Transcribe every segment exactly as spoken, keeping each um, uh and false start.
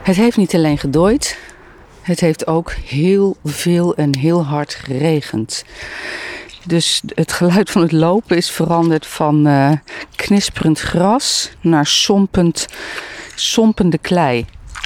Het heeft niet alleen gedooid. Het heeft ook heel veel en heel hard geregend. Dus het geluid van het lopen is veranderd van uh, knisperend gras naar sompend, sompende klei.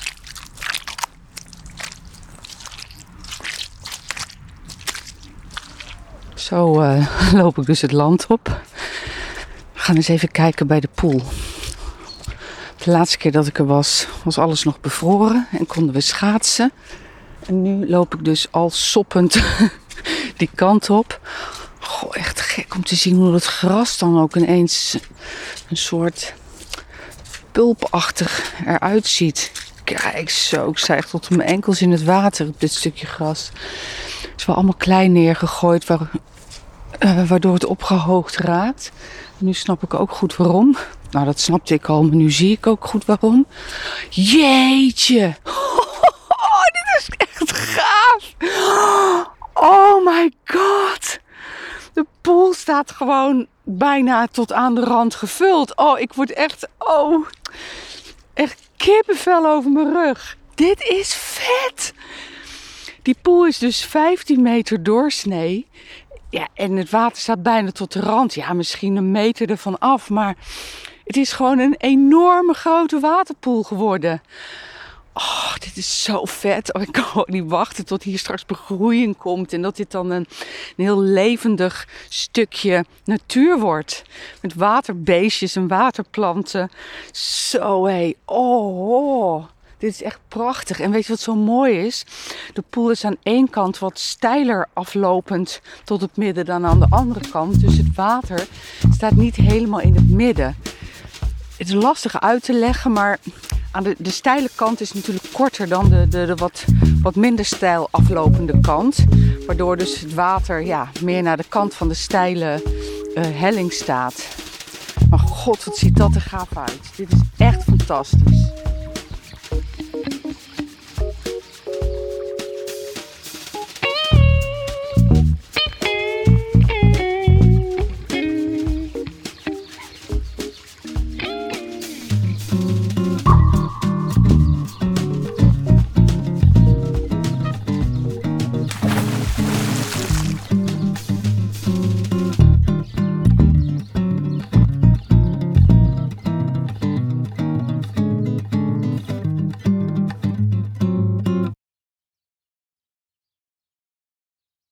Zo uh, loop ik dus het land op. We gaan eens even kijken bij de poel. De laatste keer dat ik er was, was alles nog bevroren en konden we schaatsen. En nu loop ik dus al soppend die kant op. Goh, echt gek om te zien hoe het gras dan ook ineens een soort pulpachtig eruit ziet. Kijk zo, ik sta echt tot mijn enkels in het water op dit stukje gras. Het is wel allemaal klein neergegooid, waar, uh, waardoor het opgehoogd raakt. En nu snap ik ook goed waarom. Nou, dat snapte ik al, maar nu zie ik ook goed waarom. Jeetje! Oh, dit is echt gaaf! Oh my god! De poel staat gewoon bijna tot aan de rand gevuld. Oh, ik word echt... Oh, echt kippenvel over mijn rug. Dit is vet! Die poel is dus vijftien meter doorsnee. Ja, en het water staat bijna tot de rand. Ja, misschien een meter ervan af. Maar het is gewoon een enorme grote waterpoel geworden. Oh, dit is zo vet. Oh, ik kan gewoon niet wachten tot hier straks begroeiing komt. En dat dit dan een, een heel levendig stukje natuur wordt. Met waterbeestjes en waterplanten. Zo hé. Oh, oh. Dit is echt prachtig. En weet je wat zo mooi is? De poel is aan één kant wat steiler aflopend tot het midden dan aan de andere kant. Dus het water staat niet helemaal in het midden. Het is lastig uit te leggen, maar aan de, de steile kant is natuurlijk korter dan de, de, de wat, wat minder steil aflopende kant. Waardoor dus het water ja, meer naar de kant van de steile uh, helling staat. Maar god, wat ziet dat er gaaf uit. Dit is echt fantastisch.